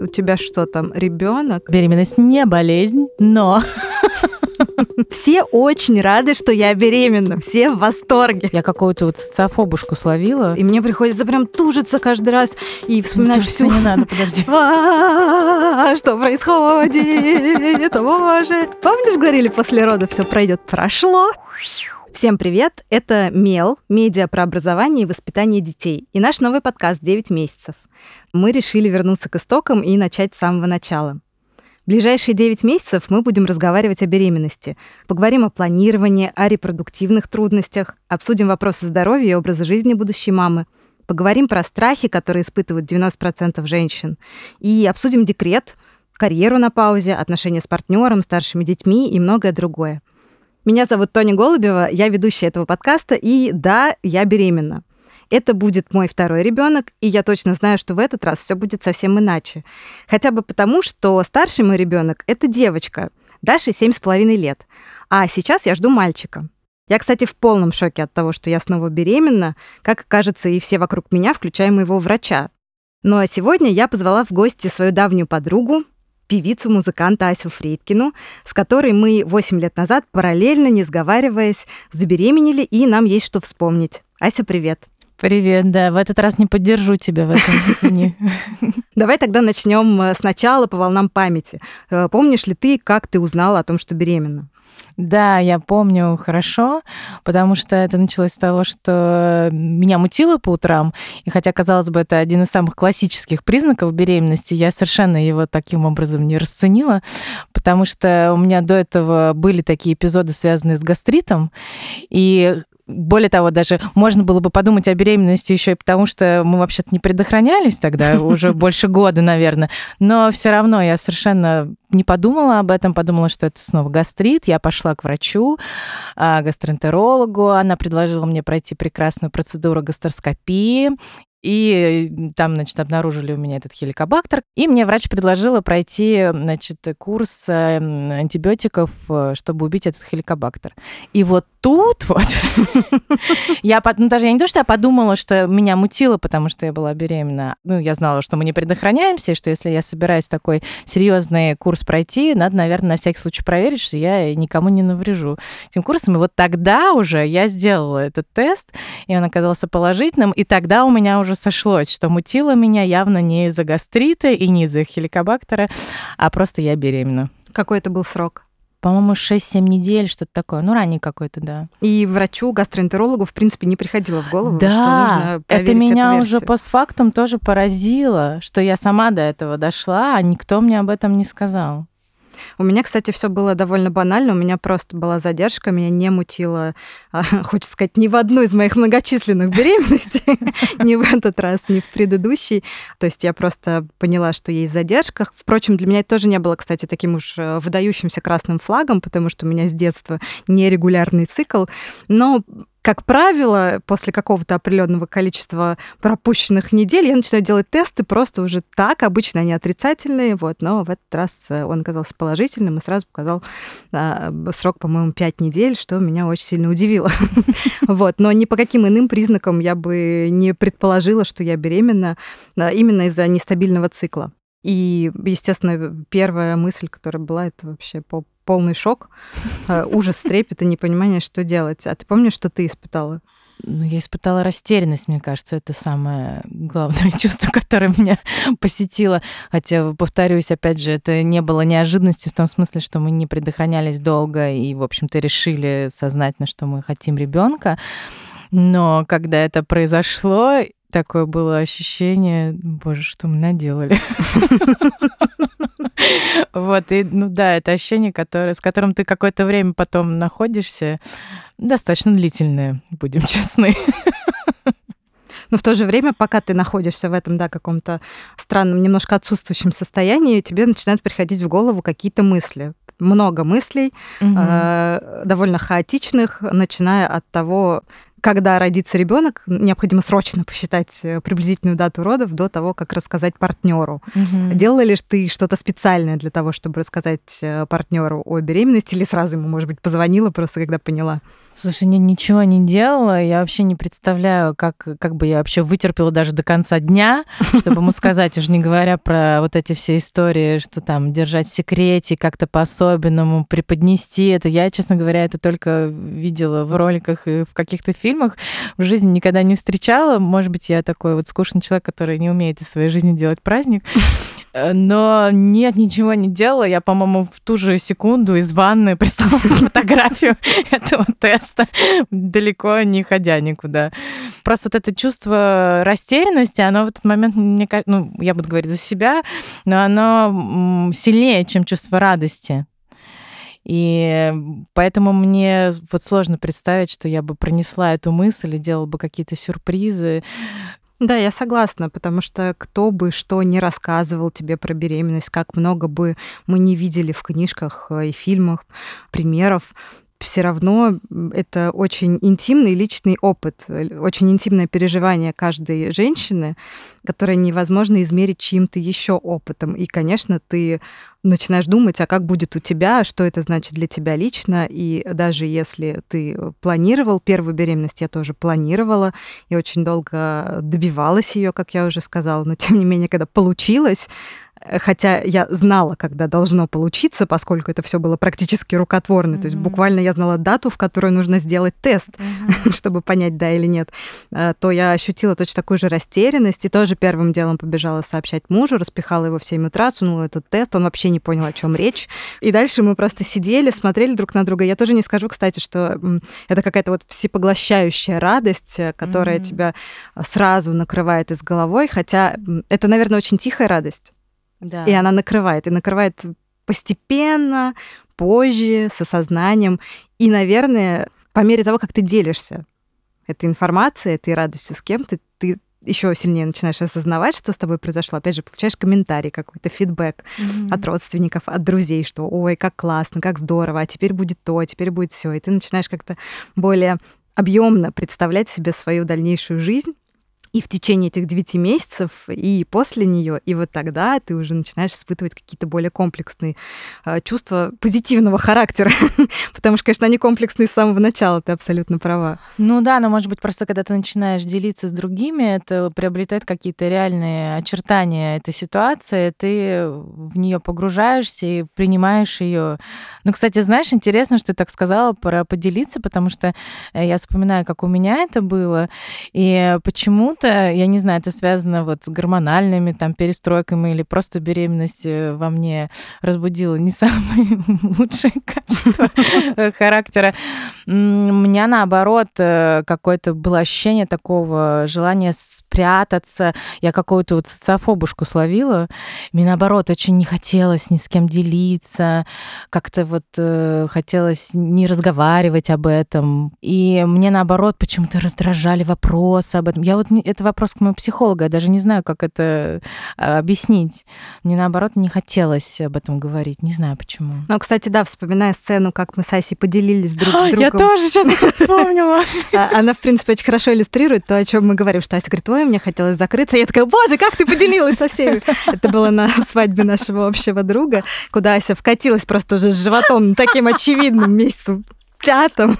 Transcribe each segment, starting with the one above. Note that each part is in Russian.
У тебя что там, ребенок? Беременность не болезнь, но... Все очень рады, что я беременна, все в восторге. Я какую-то вот социофобушку словила. И мне приходится прям тужиться каждый раз и вспоминать всю... Не надо, подожди. Что происходит? Боже. Помнишь, говорили, после рода все пройдет? Прошло. Всем привет! Это МЕЛ, медиа про образование и воспитание детей, и наш новый подкаст «9 месяцев». Мы решили вернуться к истокам и начать с самого начала. В ближайшие 9 месяцев мы будем разговаривать о беременности, поговорим о планировании, о репродуктивных трудностях, обсудим вопросы здоровья и образа жизни будущей мамы, поговорим про страхи, которые испытывают 90% женщин, и обсудим декрет, карьеру на паузе, отношения с партнером, старшими детьми и многое другое. Меня зовут Тоня Голубева, я ведущая этого подкаста, и да, я беременна. Это будет мой второй ребенок, и я точно знаю, что в этот раз все будет совсем иначе. Хотя бы потому, что старший мой ребенок это девочка, Даше 7,5 лет, а сейчас я жду мальчика. Я, кстати, в полном шоке от того, что я снова беременна, как кажется, и все вокруг меня, включая моего врача. Ну а сегодня я позвала в гости свою давнюю подругу, певицу-музыканта Асю Фрейдкину, с которой мы 8 лет назад, параллельно, не сговариваясь, забеременели, и нам есть что вспомнить. Ася, привет. Привет, да, в этот раз не поддержу тебя в этом, извини. Давай тогда начнем сначала по волнам памяти. Помнишь ли ты, как ты узнала о том, что беременна? Да, я помню хорошо, потому что это началось с того, что меня мутило по утрам, и хотя, казалось бы, это один из самых классических признаков беременности, я совершенно его таким образом не расценила, потому что у меня до этого были такие эпизоды, связанные с гастритом, и более того, даже можно было бы подумать о беременности еще и потому, что мы вообще-то не предохранялись тогда, уже больше года, наверное. Но все равно я совершенно не подумала об этом, подумала, что это снова гастрит. Я пошла к врачу, гастроэнтерологу. Она предложила мне пройти прекрасную процедуру гастроскопии. И там, значит, обнаружили у меня этот хеликобактер. И мне врач предложила пройти, значит, курс антибиотиков, чтобы убить этот хеликобактер. И вот тут вот я не то, что я подумала, что меня мутило, потому что я была беременна. Ну, я знала, что мы не предохраняемся, и что если я собираюсь такой серьезный курс пройти, надо, наверное, на всякий случай проверить, что я никому не наврежу этим курсом. И вот тогда уже я сделала этот тест, и он оказался положительным, и тогда у меня уже сошлось, что мутило меня явно не из-за гастрита и не из-за хеликобактера, а просто я беременна. Какой это был срок? По-моему, 6-7 недель, что-то такое. Ну, ранний какой-то, да. И врачу, гастроэнтерологу, в принципе, не приходило в голову, да, что нужно проверить это меня эту уже версию. постфактум тоже поразило, что я сама до этого дошла, а никто мне об этом не сказал. У меня, кстати, все было довольно банально. У меня просто была задержка, меня не мутило, хочется сказать, ни в одну из моих многочисленных беременностей, ни в этот раз, ни в предыдущий. То есть я просто поняла, что есть задержка. Впрочем, для меня это тоже не было, кстати, таким уж выдающимся красным флагом, потому что у меня с детства нерегулярный цикл. Но как правило, после какого-то определенного количества пропущенных недель я начинаю делать тесты просто уже так. Обычно они отрицательные, вот, но в этот раз он оказался положительным и сразу показал срок, по-моему, 5 недель, что меня очень сильно удивило. Вот, но ни по каким иным признакам я бы не предположила, что я беременна именно из-за нестабильного цикла. И, естественно, первая мысль, которая была, это вообще полный шок, ужас, трепет и непонимание, что делать. А ты помнишь, что ты испытала? Ну, я испытала растерянность, мне кажется, это самое главное чувство, которое меня посетило. Хотя, повторюсь, опять же, это не было неожиданностью в том смысле, что мы не предохранялись долго и, в общем-то, решили сознательно, что мы хотим ребенка. Но когда это произошло, такое было ощущение, боже, что мы наделали. Вот, и, ну да, это ощущение, с которым ты какое-то время потом находишься, достаточно длительное, будем честны. Но в то же время, пока ты находишься в этом, да, каком-то странном, немножко отсутствующем состоянии, тебе начинают приходить в голову какие-то мысли. Много мыслей, довольно хаотичных, начиная от того, когда родится ребенок, необходимо срочно посчитать приблизительную дату родов до того, как рассказать партнеру. Делала ли ты что-то специальное для того, чтобы рассказать партнеру о беременности, или сразу ему, может быть, позвонила просто, когда поняла? Слушай, ничего не делала. Я вообще не представляю, как бы я вообще вытерпела даже до конца дня, чтобы ему сказать, уже не говоря про вот эти все истории, что там держать в секрете, как-то по-особенному преподнести это. Я, честно говоря, это только видела в роликах и в каких-то фильмах. В жизни никогда не встречала. Может быть, я такой вот скучный человек, который не умеет из своей жизни делать праздник. Но нет, ничего не делала. Я, по-моему, в ту же секунду из ванны прислала фотографию этого теста, далеко не ходя никуда. Просто вот это чувство растерянности, оно в этот момент, мне кажется, ну, я буду говорить за себя, но оно сильнее, чем чувство радости. И поэтому мне вот сложно представить, что я бы пронесла эту мысль и делала бы какие-то сюрпризы. Да, я согласна, потому что кто бы что ни рассказывал тебе про беременность, как много бы мы не видели в книжках и фильмах примеров, все равно это очень интимный личный опыт, очень интимное переживание каждой женщины, которое невозможно измерить чьим-то еще опытом. И, конечно, ты начинаешь думать, а как будет у тебя, что это значит для тебя лично. И даже если ты планировал первую беременность, я тоже планировала и очень долго добивалась ее, как я уже сказала, но тем не менее, когда получилось, хотя я знала, когда должно получиться, поскольку это все было практически рукотворно. То есть буквально я знала дату, в которую нужно сделать тест, чтобы понять, да или нет. То я ощутила точно такую же растерянность и тоже первым делом побежала сообщать мужу, распихала его в 7 утра, сунула этот тест, он вообще не понял, о чем речь. И дальше мы просто сидели, смотрели друг на друга. Я тоже не скажу, кстати, что это какая-то вот всепоглощающая радость, которая тебя сразу накрывает из головой, хотя это, наверное, очень тихая радость. Да. И она накрывает постепенно, позже, с осознанием. И, наверное, по мере того, как ты делишься этой информацией, этой радостью с кем-то, ты еще сильнее начинаешь осознавать, что с тобой произошло. Опять же, получаешь комментарий какой-то, фидбэк от родственников, от друзей, что ой, как классно, как здорово, а теперь будет то, а теперь будет все. И ты начинаешь как-то более объемно представлять себе свою дальнейшую жизнь. И в течение этих 9 месяцев, и после нее, и вот тогда ты уже начинаешь испытывать какие-то более комплексные чувства позитивного характера. Потому что, конечно, они комплексные с самого начала, ты абсолютно права. Ну да, но, может быть, просто когда ты начинаешь делиться с другими, это приобретает какие-то реальные очертания этой ситуации, ты в нее погружаешься и принимаешь ее. Ну, кстати, знаешь, интересно, что ты так сказала про поделиться, потому что я вспоминаю, как у меня это было, и почему-то, я не знаю, это связано вот с гормональными там перестройками или просто беременность во мне разбудила не самые лучшие качества характера. У меня, наоборот, какое-то было ощущение такого желания спрятаться. Я какую-то вот социофобушку словила. Мне, наоборот, очень не хотелось ни с кем делиться. Как-то вот хотелось не разговаривать об этом. И мне, наоборот, почему-то раздражали вопросы об этом. Я вот это вопрос к моему психологу, я даже не знаю, как это объяснить. Мне, наоборот, не хотелось об этом говорить. Не знаю, почему. Ну, кстати, да, вспоминая сцену, как мы с Асей поделились друг с другом. Я тоже сейчас это вспомнила. Она, в принципе, очень хорошо иллюстрирует то, о чем мы говорим, что Ася говорит, ой, мне хотелось закрыться. Я такая, боже, как ты поделилась со всеми? Это было на свадьбе нашего общего друга, куда Ася вкатилась просто уже с животом таким очевидным месяцем. Пятом.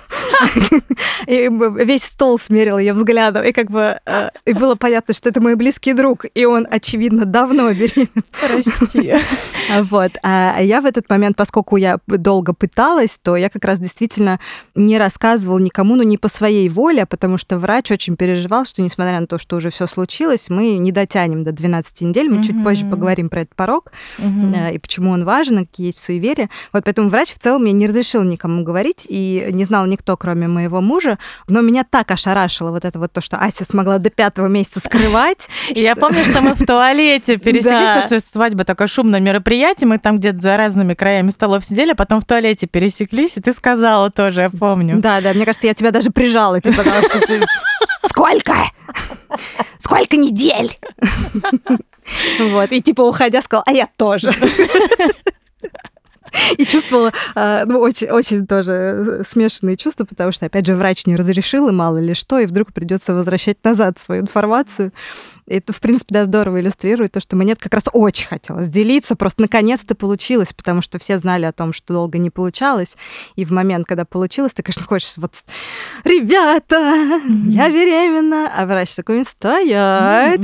И весь стол смерил ее взглядом. И как бы и было понятно, что это мой близкий друг. И он, очевидно, давно беременен. Прости. Вот. А я в этот момент, поскольку я долго пыталась, то я как раз действительно не рассказывала никому, но не по своей воле, потому что врач очень переживал, что, несмотря на то, что уже все случилось, мы не дотянем до 12 недель. Мы чуть позже поговорим про этот порог и почему он важен, какие есть суеверия. Вот поэтому врач в целом мне не разрешил никому говорить, и не знал никто, кроме моего мужа, но меня так ошарашило вот это вот то, что Ася смогла до 5-го месяца скрывать. Я помню, что мы в туалете пересеклись, потому что свадьба такое шумное мероприятие, мы там где-то за разными краями столов сидели, а потом в туалете пересеклись, и ты сказала тоже, я помню. Да, мне кажется, я тебя даже прижала, типа, потому что ты... Сколько? Сколько недель? Вот, и типа, уходя, сказала, а я тоже. И чувствовала, очень, очень тоже смешанные чувства, потому что, опять же, врач не разрешил, и мало ли что, и вдруг придется возвращать назад свою информацию. Это, в принципе, да, здорово иллюстрирует то, что мне как раз очень хотелось делиться. Просто наконец-то получилось, потому что все знали о том, что долго не получалось. И в момент, когда получилось, ты, конечно, хочешь вот: ребята, я беременна, а врач такой: стоять.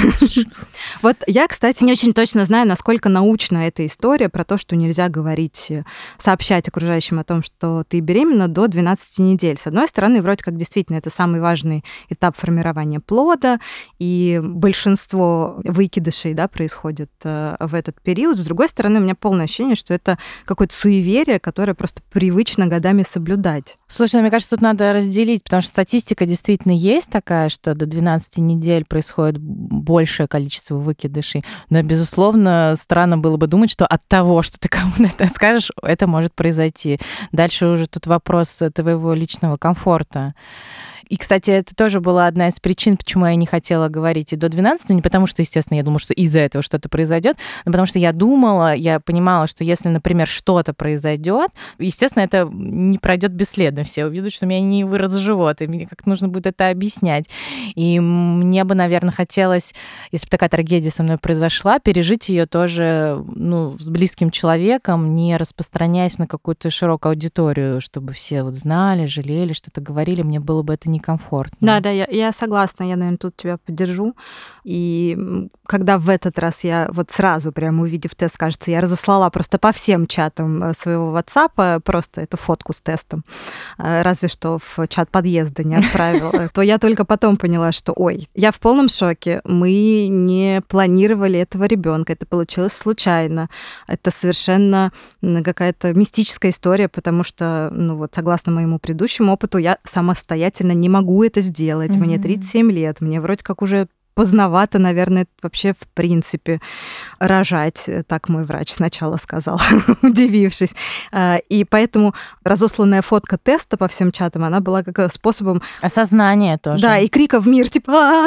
Вот я, кстати, не очень точно знаю, насколько научна эта история про то, что нельзя говорить, сообщать окружающим о том, что ты беременна до 12 недель. С одной стороны, вроде как действительно это самый важный этап формирования плода, и большинство выкидышей, да, происходит в этот период. С другой стороны, у меня полное ощущение, что это какое-то суеверие, которое просто привычно годами соблюдать. Слушай, мне кажется, тут надо разделить, потому что статистика действительно есть такая, что до 12 недель происходит большее количество выкидышей. Но, безусловно, странно было бы думать, что от того, что ты кому-то это скажешь, это может произойти. Дальше уже тут вопрос твоего личного комфорта. И, кстати, это тоже была одна из причин, почему я не хотела говорить и до 12, не потому что, естественно, я думала, что из-за этого что-то произойдет, но потому что я думала, я понимала, что если, например, что-то произойдет, естественно, это не пройдет бесследно. Все увидят, что у меня не вырос живот, и мне как-то нужно будет это объяснять. И мне бы, наверное, хотелось, если бы такая трагедия со мной произошла, пережить ее тоже, с близким человеком, не распространяясь на какую-то широкую аудиторию, чтобы все вот знали, жалели, что-то говорили, мне было бы это некомфортно. Да, я согласна, я, наверное, тут тебя поддержу. И когда в этот раз я вот сразу, прямо увидев тест, кажется, я разослала просто по всем чатам своего WhatsApp просто эту фотку с тестом, разве что в чат подъезда не отправила, то я только потом поняла, что, я в полном шоке, мы не планировали этого ребенка, это получилось случайно, это совершенно какая-то мистическая история, потому что, согласно моему предыдущему опыту, я самостоятельно не могу это сделать. Мне 37 лет, мне вроде как уже поздновато, наверное, вообще в принципе рожать, так мой врач сначала сказал, удивившись. И поэтому разосланная фотка теста по всем чатам, она была как способом... Осознания тоже. Да, и крика в мир,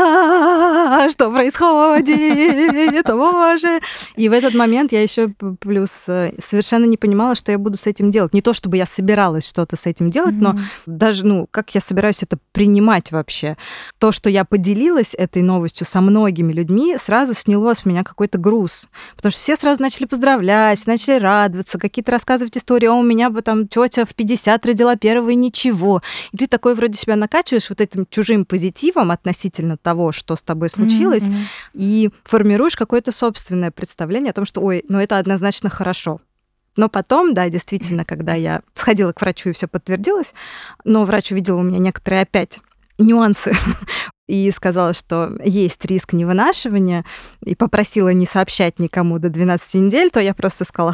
типа, что происходит, боже. И в этот момент я еще плюс совершенно не понимала, что я буду с этим делать. Не то, чтобы я собиралась что-то с этим делать, но даже, как я собираюсь это принимать вообще. То, что я поделилась этой новостью со многими людьми, сразу сняло с меня какой-то груз. Потому что все сразу начали поздравлять, начали радоваться, какие-то рассказывать истории: у меня бы там тетя в 50 родила первого и ничего. И ты такой вроде себя накачиваешь вот этим чужим позитивом относительно того, что с тобой случилось, и формируешь какое-то собственное представление о том, что, это однозначно хорошо. Но потом, да, действительно, когда я сходила к врачу и все подтвердилось, но врач увидел у меня некоторые опять нюансы и сказала, что есть риск невынашивания, и попросила не сообщать никому до 12 недель, то я просто сказала: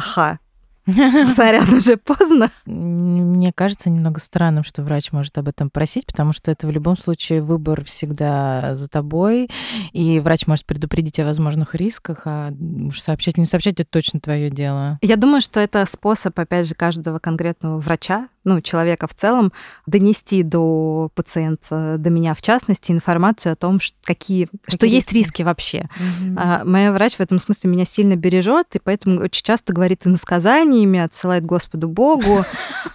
сорян, уже поздно. Мне кажется немного странным, что врач может об этом просить, потому что это в любом случае выбор всегда за тобой, и врач может предупредить о возможных рисках, а уж сообщать или не сообщать — это точно твое дело. Я думаю, что это способ, опять же, каждого конкретного врача, человека в целом, донести до пациента, до меня в частности, информацию о том, что есть риски вообще. Моя врач в этом смысле меня сильно бережет, и поэтому очень часто говорит иносказаниями, отсылает Господу Богу.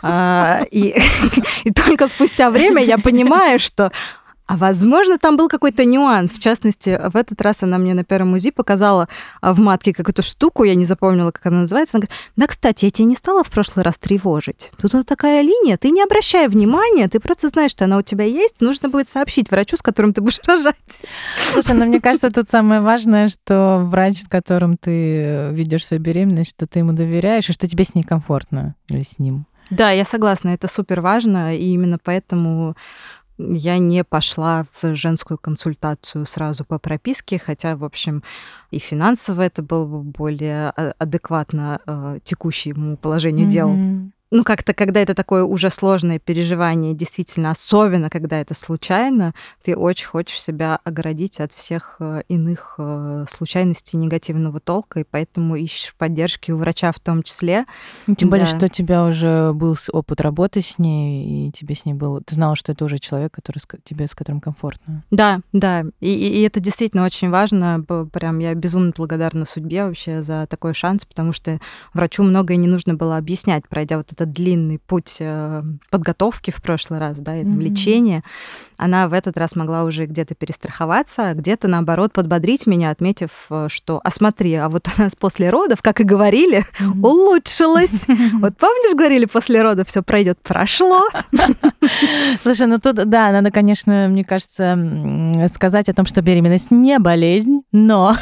И только спустя время я понимаю, что... возможно, там был какой-то нюанс. В частности, в этот раз она мне на первом УЗИ показала в матке какую-то штуку, я не запомнила, как она называется. Она говорит: да, кстати, я тебя не стала в прошлый раз тревожить. Тут вот такая линия, ты не обращай внимания, ты просто знаешь, что она у тебя есть, нужно будет сообщить врачу, с которым ты будешь рожать. Слушай, мне кажется, тут самое важное, что врач, с которым ты ведешь свою беременность, что ты ему доверяешь, и что тебе с ней комфортно или с ним. Да, я согласна, это супер важно, и именно поэтому... я не пошла в женскую консультацию сразу по прописке, хотя, в общем, и финансово это было бы более адекватно текущему положению дел. Как-то, когда это такое уже сложное переживание, действительно, особенно когда это случайно, ты очень хочешь себя оградить от всех иных случайностей негативного толка, и поэтому ищешь поддержки у врача в том числе. Тем более, что у тебя уже был опыт работы с ней, и тебе с ней было... Ты знала, что это уже человек, с которым комфортно. Да. И это действительно очень важно. Прям я безумно благодарна судьбе вообще за такой шанс, потому что врачу многое не нужно было объяснять, пройдя вот этот этот длинный путь подготовки в прошлый раз, да, и лечения, она в этот раз могла уже где-то перестраховаться, а где-то, наоборот, подбодрить меня, отметив, что, смотри, а вот у нас после родов, как и говорили, улучшилось. Вот помнишь, говорили, после родов все пройдет, прошло. Слушай, ну тут, да, надо, конечно, мне кажется, сказать о том, что беременность не болезнь, но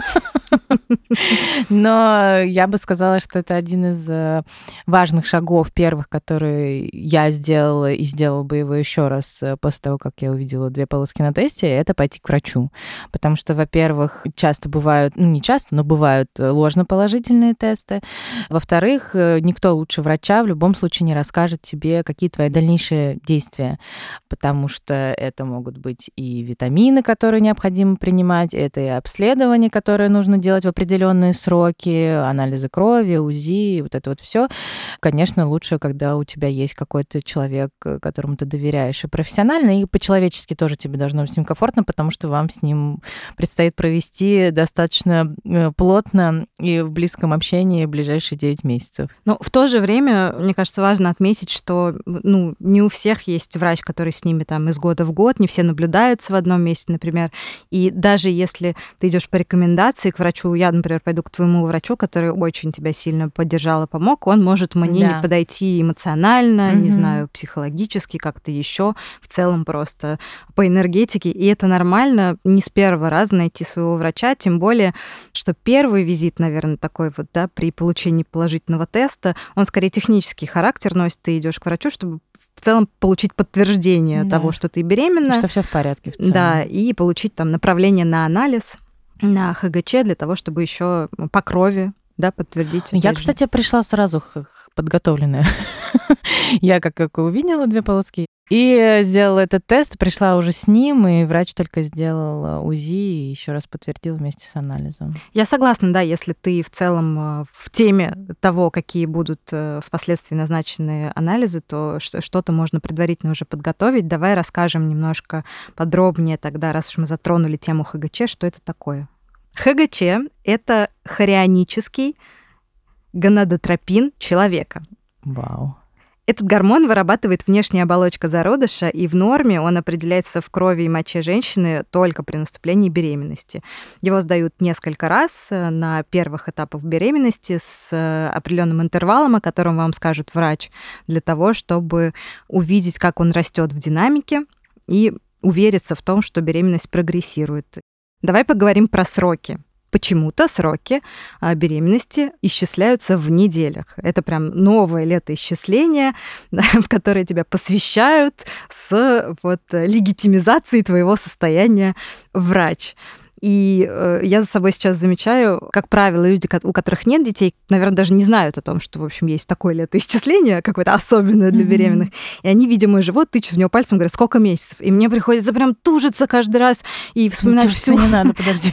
я бы сказала, что это один из важных шагов первых, которые я сделала и сделала бы его еще раз после того, как я увидела 2 полоски на тесте, это пойти к врачу. Потому что, во-первых, часто бывают, не часто, но бывают ложноположительные тесты. Во-вторых, никто лучше врача в любом случае не расскажет тебе, какие твои дальнейшие действия, потому что это могут быть и витамины, которые необходимо принимать, это и обследования, которые нужно делать в определенные сроки, анализы крови, УЗИ, вот это вот все. Конечно, лучше, когда у тебя есть какой-то человек, которому ты доверяешь и профессионально, и по-человечески тоже тебе должно быть с ним комфортно, потому что вам с ним предстоит провести достаточно плотно и в близком общении ближайшие 9 месяцев. Но в то же время, мне кажется, важно отметить, что не у всех есть врач, который с ними там из года в год, не все наблюдаются в одном месте, например. И даже если ты идешь по рекомендации к врачу, я, например, пойду к твоему врачу, который очень тебя сильно поддержал и помог, он может мне не подойти эмоционально, не знаю, психологически, как-то еще, в целом просто по энергетике. И это нормально не с первого раза найти своего врача, тем более, что первый визит, наверное, такой вот, да, при получении положительного теста, он скорее технический характер носит, ты идешь к врачу, чтобы в целом получить подтверждение того, что ты беременна. Что все в порядке в целом. Да, и получить там направление на анализ, на ХГЧ для того, чтобы еще по крови, да, подтвердить. Я, кстати, пришла сразу подготовленная. Я как увидела 2 полоски и сделала этот тест, пришла уже с ним, и врач только сделал УЗИ и еще раз подтвердил вместе с анализом. Я согласна, да, если ты в целом в теме того, какие будут впоследствии назначены анализы, то что-то можно предварительно уже подготовить. Давай расскажем немножко подробнее тогда, раз уж мы затронули тему ХГЧ, что это такое. ХГЧ – это хорионический гонадотропин человека. Вау. Этот гормон вырабатывает внешняя оболочка зародыша, и в норме он определяется в крови и моче женщины только при наступлении беременности. Его сдают несколько раз на первых этапах беременности с определенным интервалом, о котором вам скажет врач, для того, чтобы увидеть, как он растет в динамике и увериться в том, что беременность прогрессирует. Давай поговорим про сроки. Почему-то сроки беременности исчисляются в неделях. Это прям новое летоисчисление, в которое тебя посвящают с легитимизацией твоего состояния врач. И я за собой сейчас замечаю, как правило, люди, у которых нет детей, наверное, даже не знают о том, что, в общем, есть такое летоисчисление какое-то особенное для беременных. И они, видя мой живот, тычут в него пальцем, говорят, сколько месяцев. И мне приходится прям тужиться каждый раз и вспоминать всю... не надо, подожди.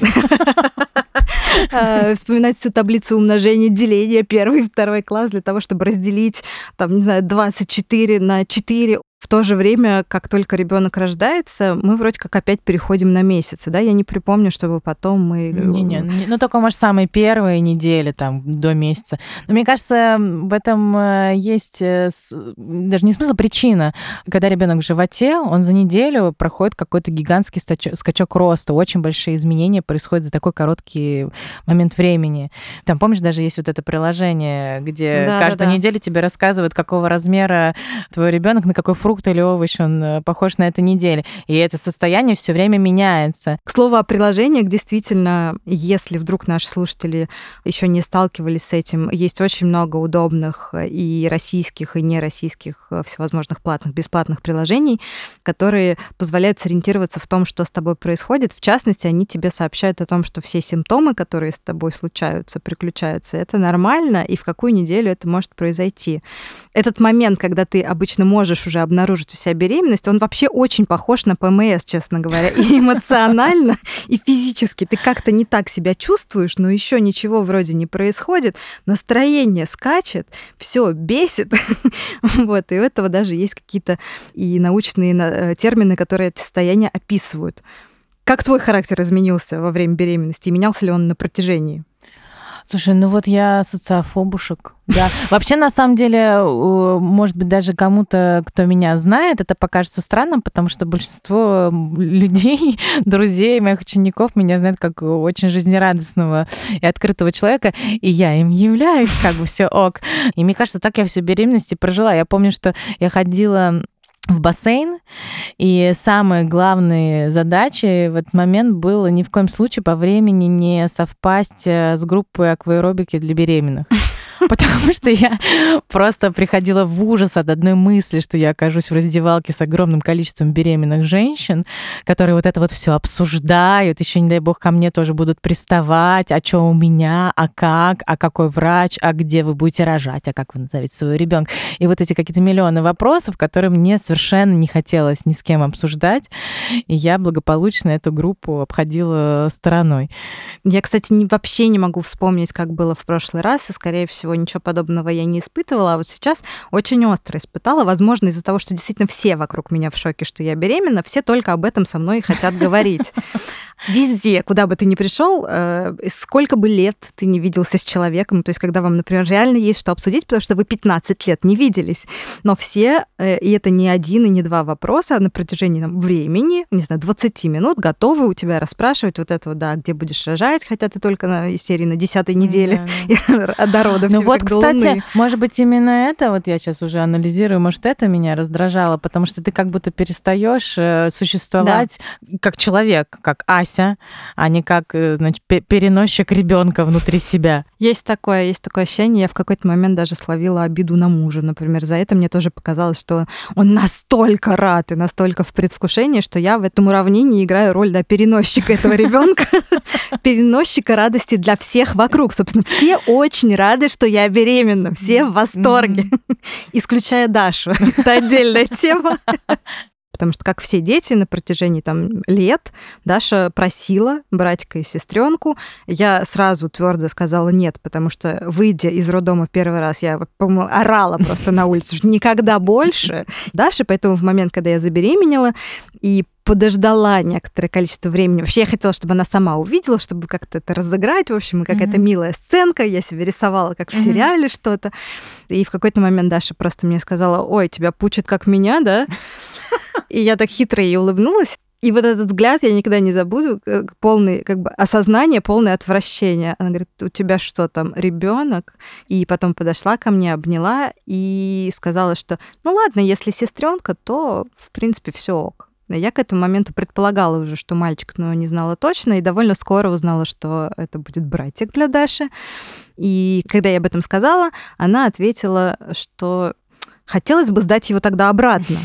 Вспоминать всю таблицу умножения, деления, 1 и 2 класс для того, чтобы разделить, там, не знаю, 24 на 4. В то же время, как только ребенок рождается, мы вроде как опять переходим на месяцы, да? Я не припомню, чтобы потом мы... Ну, только, может, самые первые недели, там, до месяца. Но мне кажется, в этом есть даже не смысл, причина. Когда ребенок в животе, он за неделю проходит какой-то гигантский скачок роста. Очень большие изменения происходят за такой короткий момент времени. Там, помнишь, даже есть вот это приложение, где каждую неделю тебе рассказывают, какого размера твой ребенок, на какой фрукт или овощ он похож на этой неделе. И это состояние все время меняется. К слову о приложениях, действительно, если вдруг наши слушатели еще не сталкивались с этим, есть очень много удобных и российских, и нероссийских всевозможных платных, бесплатных приложений, которые позволяют сориентироваться в том, что с тобой происходит. В частности, они тебе сообщают о том, что все симптомы, которые с тобой случаются, приключаются, это нормально, и в какую неделю это может произойти. Этот момент, когда ты обычно можешь уже обнаружить у себя беременность, он вообще очень похож на ПМС, честно говоря, и эмоционально, и физически. Ты как-то не так себя чувствуешь, но еще ничего вроде не происходит, настроение скачет, все бесит. И у этого даже есть какие-то и научные термины, которые это состояние описывают. Как твой характер изменился во время беременности? И менялся ли он на протяжении? Слушай, ну вот я социофобушек. Да. Вообще, на самом деле, может быть, даже кому-то, кто меня знает, это покажется странным, потому что большинство людей, друзей, моих учеников меня знают как очень жизнерадостного и открытого человека, и я им являюсь, как бы все ок. И мне кажется, так я всю беременность и прожила. Я помню, что я ходила в бассейн, и самые главные задачи в этот момент было ни в коем случае по времени не совпасть с группой акваэробики для беременных. Потому что я просто приходила в ужас от одной мысли, что я окажусь в раздевалке с огромным количеством беременных женщин, которые вот это вот все обсуждают, еще, не дай бог, ко мне тоже будут приставать, а что у меня, а как, а какой врач, а где вы будете рожать, а как вы назовете своего ребенка. И вот эти какие-то миллионы вопросов, которые мне совершенно не хотелось ни с кем обсуждать, и я благополучно эту группу обходила стороной. Я, кстати, вообще не могу вспомнить, как было в прошлый раз, и, скорее всего, ничего подобного я не испытывала, а вот сейчас очень остро испытала. Возможно, из-за того, что действительно все вокруг меня в шоке, что я беременна, все только об этом со мной хотят говорить. Везде, куда бы ты ни пришел, сколько бы лет ты не виделся с человеком, то есть когда вам, например, реально есть что обсудить, потому что вы 15 лет не виделись, но все, и это не один и не два вопроса, а на протяжении времени, не знаю, 20 минут готовы у тебя расспрашивать вот этого, да, где будешь рожать, хотя ты только из серии на 10-й неделе до родов. Ну вот, кстати, может быть, именно это, вот я сейчас уже анализирую, может, это меня раздражало, потому что ты как будто перестаешь существовать как человек, как Ася, а не как, значит, переносчик ребенка внутри себя. Есть такое ощущение. Я в какой-то момент даже словила обиду на мужа, например. За это мне тоже показалось, что он настолько рад и настолько в предвкушении, что я в этом уравнении играю роль, да, переносчика этого ребенка, переносчика радости для всех вокруг. Собственно, все очень рады, что я беременна, все в восторге, исключая Дашу. Это отдельная тема. Потому что, как все дети, на протяжении лет Даша просила братика и сестренку. Я сразу твердо сказала нет, потому что, выйдя из роддома в первый раз, я, по-моему, орала просто на улице, что никогда больше. Даша, поэтому в момент, когда я забеременела и подождала некоторое количество времени. Вообще я хотела, чтобы она сама увидела, чтобы как-то это разыграть. В общем, и какая-то милая сценка. Я себе рисовала, как в сериале что-то. И в какой-то момент Даша просто мне сказала: ой, тебя пучит, как меня, да? И я так хитро ей улыбнулась. И вот этот взгляд я никогда не забуду, полный осознание, полное отвращение. Она говорит: у тебя что там, ребенок? И потом подошла ко мне, обняла и сказала, что ну ладно, если сестренка, то в принципе все ок. Я к этому моменту предполагала уже, что мальчик, но не знала точно, и довольно скоро узнала, что это будет братик для Даши. И когда я об этом сказала, она ответила, что хотелось бы сдать его тогда обратно.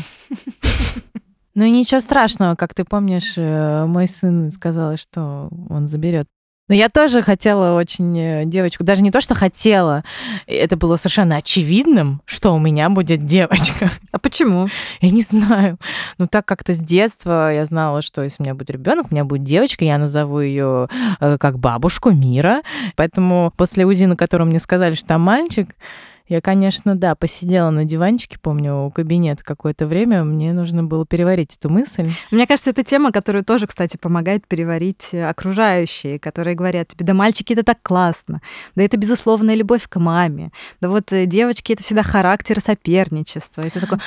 Ну и ничего страшного, как ты помнишь, мой сын сказал, что он заберет. Но я тоже хотела очень девочку. Даже не то, что хотела. Это было совершенно очевидным, что у меня будет девочка. А почему? Я не знаю. Ну, так как-то с детства я знала, что если у меня будет ребенок, у меня будет девочка, я назову ее как бабушку Мира. Поэтому после УЗИ, на котором мне сказали, что там мальчик, я, конечно, да, посидела на диванчике, помню, у кабинета какое-то время, мне нужно было переварить эту мысль. Мне кажется, это тема, которую тоже, кстати, помогает переварить окружающие, которые говорят тебе: да мальчики, это так классно, да это безусловная любовь к маме, да вот девочки, это всегда характер соперничества. И ты такой: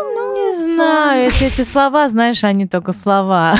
не знаю, эти слова, знаешь, они только слова.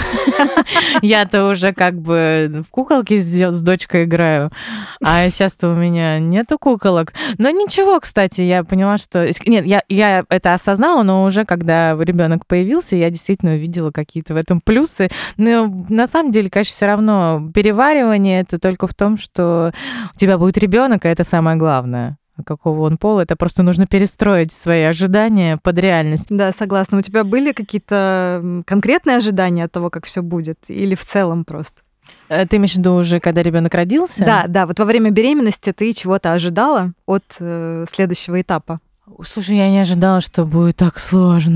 Я-то уже как бы в куколки с дочкой играю, а сейчас-то у меня нету куколок. Но ничего, кстати, я поняла, что... Нет, я это осознала, но уже когда ребенок появился, я действительно увидела какие-то в этом плюсы. Но на самом деле, конечно, все равно переваривание это только в том, что у тебя будет ребенок, и это самое главное. Какого он пола, это просто нужно перестроить свои ожидания под реальность. Да, согласна. У тебя были какие-то конкретные ожидания от того, как все будет, или в целом просто? Ты имеешь в виду уже, когда ребенок родился? Да. Вот во время беременности ты чего-то ожидала от следующего этапа? Слушай, я не ожидала, что будет так сложно.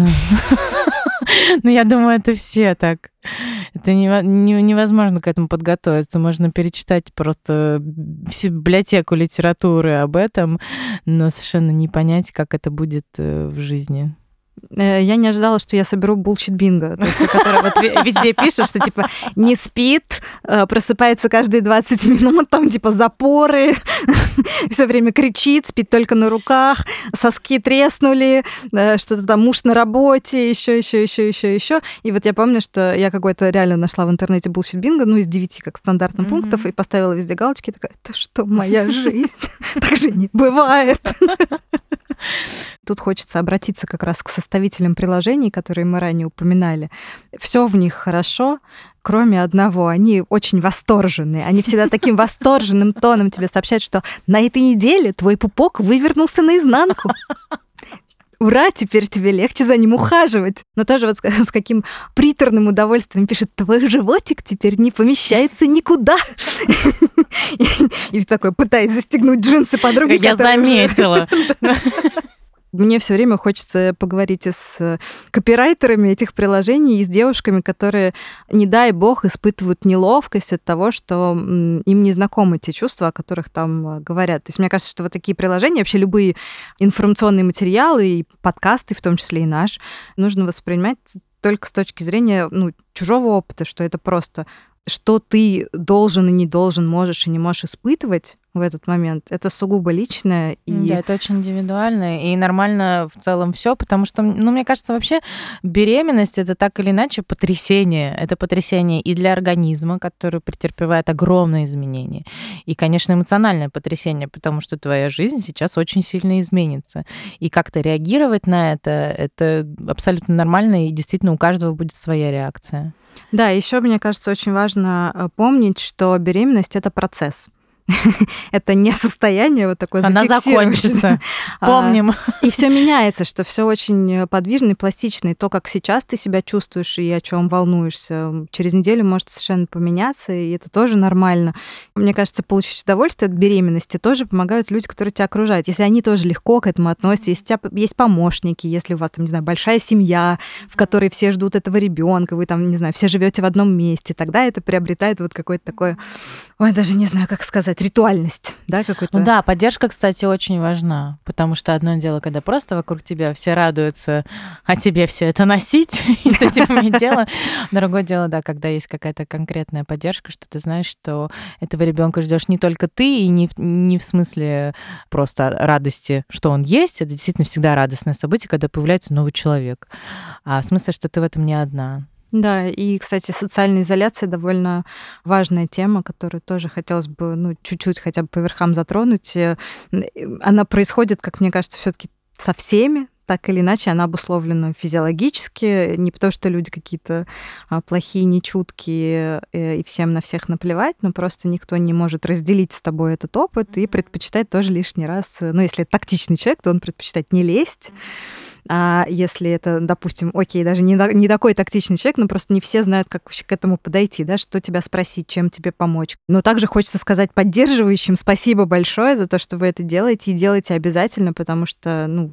Но я думаю, это все так. Это невозможно к этому подготовиться. Можно перечитать просто всю библиотеку литературы об этом, но совершенно не понять, как это будет в жизни. Я не ожидала, что я соберу булщит-бинго, то есть, который вот везде пишет, что, типа, не спит, просыпается каждые 20 минут, там, типа, запоры, все время кричит, спит только на руках, соски треснули, что-то там, муж на работе, еще. И вот я помню, что я какой-то реально нашла в интернете булщит-бинго, ну, из 9, как стандартных пунктов, и поставила везде галочки, такая, это что, моя жизнь? Так же не бывает. Тут хочется обратиться как раз к составителям приложений, которые мы ранее упоминали. Все в них хорошо, кроме одного. Они очень восторженные. Они всегда таким восторженным тоном тебе сообщают, что на этой неделе твой пупок вывернулся наизнанку. Ура, теперь тебе легче за ним ухаживать. Но тоже вот с каким приторным удовольствием пишет, твой животик теперь не помещается никуда. И такой, пытаясь застегнуть джинсы подруги. Я заметила. Мне все время хочется поговорить и с копирайтерами этих приложений, и с девушками, которые, не дай бог, испытывают неловкость от того, что им не знакомы те чувства, о которых там говорят. То есть мне кажется, что вот такие приложения, вообще любые информационные материалы, и подкасты, в том числе и наш, нужно воспринимать только с точки зрения чужого опыта, что это просто что ты должен и не должен, можешь и не можешь испытывать в этот момент, это сугубо личное. Да, это очень индивидуально и нормально в целом все, потому что, мне кажется, вообще беременность — это так или иначе потрясение. Это потрясение и для организма, который претерпевает огромные изменения, и, конечно, эмоциональное потрясение, потому что твоя жизнь сейчас очень сильно изменится. И как-то реагировать на это абсолютно нормально, и действительно у каждого будет своя реакция. Да, еще, мне кажется, очень важно помнить, что беременность — это процесс. Это не состояние вот такое зафиксированное. Она закончится. Помним. И все меняется, что все очень подвижно и пластично. И то, как сейчас ты себя чувствуешь и о чем волнуешься, через неделю может совершенно поменяться, и это тоже нормально. Мне кажется, получить удовольствие от беременности тоже помогают люди, которые тебя окружают. Если они тоже легко к этому относятся, если у тебя есть помощники, если у вас там, не знаю, большая семья, в которой все ждут этого ребенка, вы там, не знаю, все живете в одном месте, тогда это приобретает вот какое-то такое, даже не знаю, как сказать, ритуальность, да, какой-то. Да, поддержка, кстати, очень важна, потому что одно дело, когда просто вокруг тебя все радуются, а тебе все это носить и с этим иметь дело. Другое дело, да, когда есть какая-то конкретная поддержка, что ты знаешь, что этого ребенка ждешь не только ты, и не в смысле просто радости, что он есть, это действительно всегда радостное событие, когда появляется новый человек, а в смысле, что ты в этом не одна. Да, и, кстати, социальная изоляция довольно важная тема, которую тоже хотелось бы, чуть-чуть хотя бы по верхам затронуть. Она происходит, как мне кажется, все-таки со всеми, так или иначе, она обусловлена физиологически, не потому что люди какие-то плохие, нечуткие и всем на всех наплевать, но просто никто не может разделить с тобой этот опыт и предпочитает тоже лишний раз, если это тактичный человек, то он предпочитает не лезть. А если это, допустим, даже не такой тактичный человек, но просто не все знают, как вообще к этому подойти, да, что тебя спросить, чем тебе помочь. Но также хочется сказать поддерживающим спасибо большое за то, что вы это делаете, и делайте обязательно, потому что,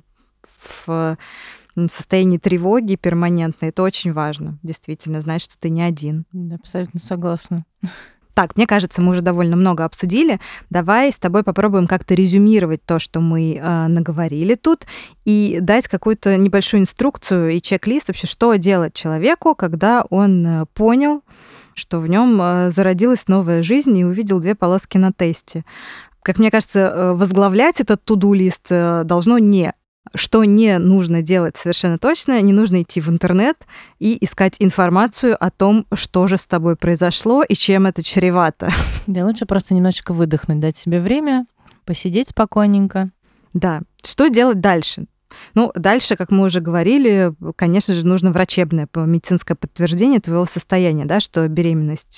в состоянии тревоги перманентной это очень важно, действительно, знать, что ты не один. Абсолютно согласна. Так, мне кажется, мы уже довольно много обсудили. Давай с тобой попробуем как-то резюмировать то, что мы наговорили тут, и дать какую-то небольшую инструкцию и чек-лист вообще, что делать человеку, когда он понял, что в нем зародилась новая жизнь и увидел 2 полоски на тесте. Как мне кажется, возглавлять этот to-do-лист должно Что не нужно делать совершенно точно, не нужно идти в интернет и искать информацию о том, что же с тобой произошло и чем это чревато. Да, лучше просто немножечко выдохнуть, дать себе время, посидеть спокойненько. Да. Что делать дальше? Дальше, как мы уже говорили, конечно же, нужно врачебное медицинское подтверждение твоего состояния, да, что беременность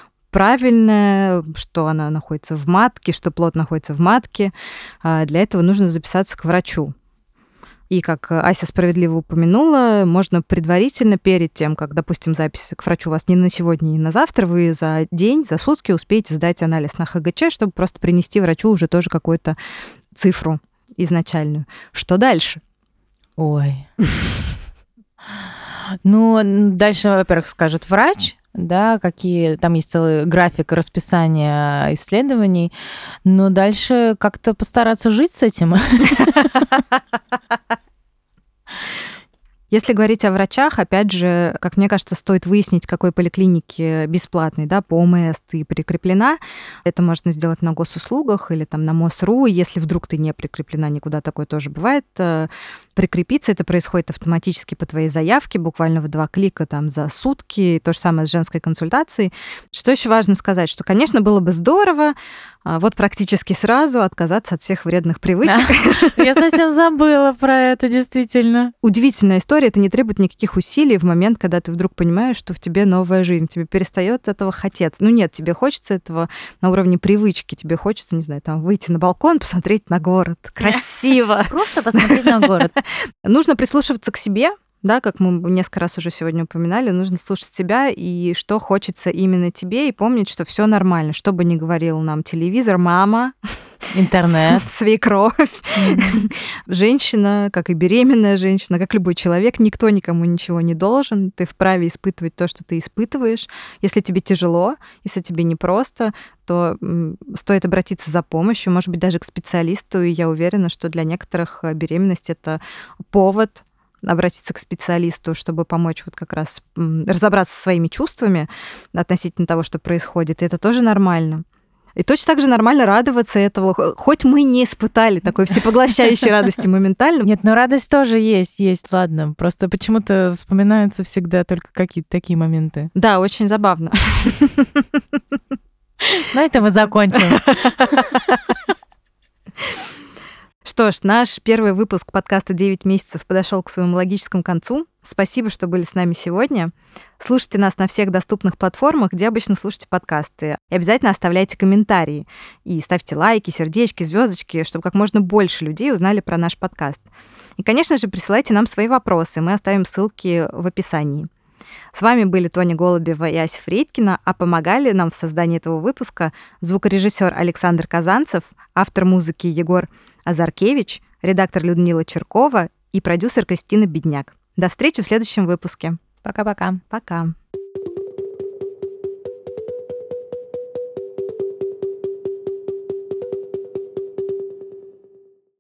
правильная, что она находится в матке, что плод находится в матке. Для этого нужно записаться к врачу. И, как Ася справедливо упомянула, можно предварительно, перед тем, как, допустим, запись к врачу у вас не на сегодня, не на завтра, вы за день, за сутки успеете сдать анализ на ХГЧ, чтобы просто принести врачу уже тоже какую-то цифру изначальную. Что дальше? Ой. Дальше, во-первых, скажет врач, да, какие там есть целый график расписания исследований, но дальше как-то постараться жить с этим. Если говорить о врачах, опять же, как мне кажется, стоит выяснить, к какой поликлинике бесплатной, да, по ОМС ты прикреплена. Это можно сделать на госуслугах или там на МОСРУ. Если вдруг ты не прикреплена никуда, такое тоже бывает. Прикрепиться это происходит автоматически по твоей заявке, буквально в 2 клика там за сутки. То же самое с женской консультацией. Что еще важно сказать, что, конечно, было бы здорово вот практически сразу отказаться от всех вредных привычек. Я совсем забыла про это, действительно. Удивительная история, это не требует никаких усилий в момент, когда ты вдруг понимаешь, что в тебе новая жизнь, тебе перестает этого хотеться. Ну нет, тебе хочется этого на уровне привычки, тебе хочется, не знаю, там выйти на балкон, посмотреть на город. Красиво. Просто посмотреть на город. Нужно прислушиваться к себе, да, как мы несколько раз уже сегодня упоминали, нужно слушать себя и что хочется именно тебе, и помнить, что все нормально. Что бы ни говорил нам телевизор, мама, интернет, свекровь, женщина, как и беременная женщина, как любой человек, никто никому ничего не должен. Ты вправе испытывать то, что ты испытываешь. Если тебе тяжело, если тебе непросто, то стоит обратиться за помощью, может быть, даже к специалисту. И я уверена, что для некоторых беременность — это повод обратиться к специалисту, чтобы помочь вот как раз разобраться со своими чувствами относительно того, что происходит. И это тоже нормально. И точно так же нормально радоваться этого, хоть мы не испытали такой всепоглощающей радости моментально. Нет, но радость тоже есть, ладно. Просто почему-то вспоминаются всегда только какие-то такие моменты. Да, очень забавно. На этом мы закончим. Что ж, наш первый выпуск подкаста «9 месяцев» подошел к своему логическому концу. Спасибо, что были с нами сегодня. Слушайте нас на всех доступных платформах, где обычно слушаете подкасты. И обязательно оставляйте комментарии. И ставьте лайки, сердечки, звездочки, чтобы как можно больше людей узнали про наш подкаст. И, конечно же, присылайте нам свои вопросы. Мы оставим ссылки в описании. С вами были Тоня Голубева и Ася Фрейдкина, а помогали нам в создании этого выпуска звукорежиссер Александр Казанцев, автор музыки Егор Азаркевич, редактор Людмила Черкова и продюсер Кристина Бедняк. До встречи в следующем выпуске. Пока-пока. Пока.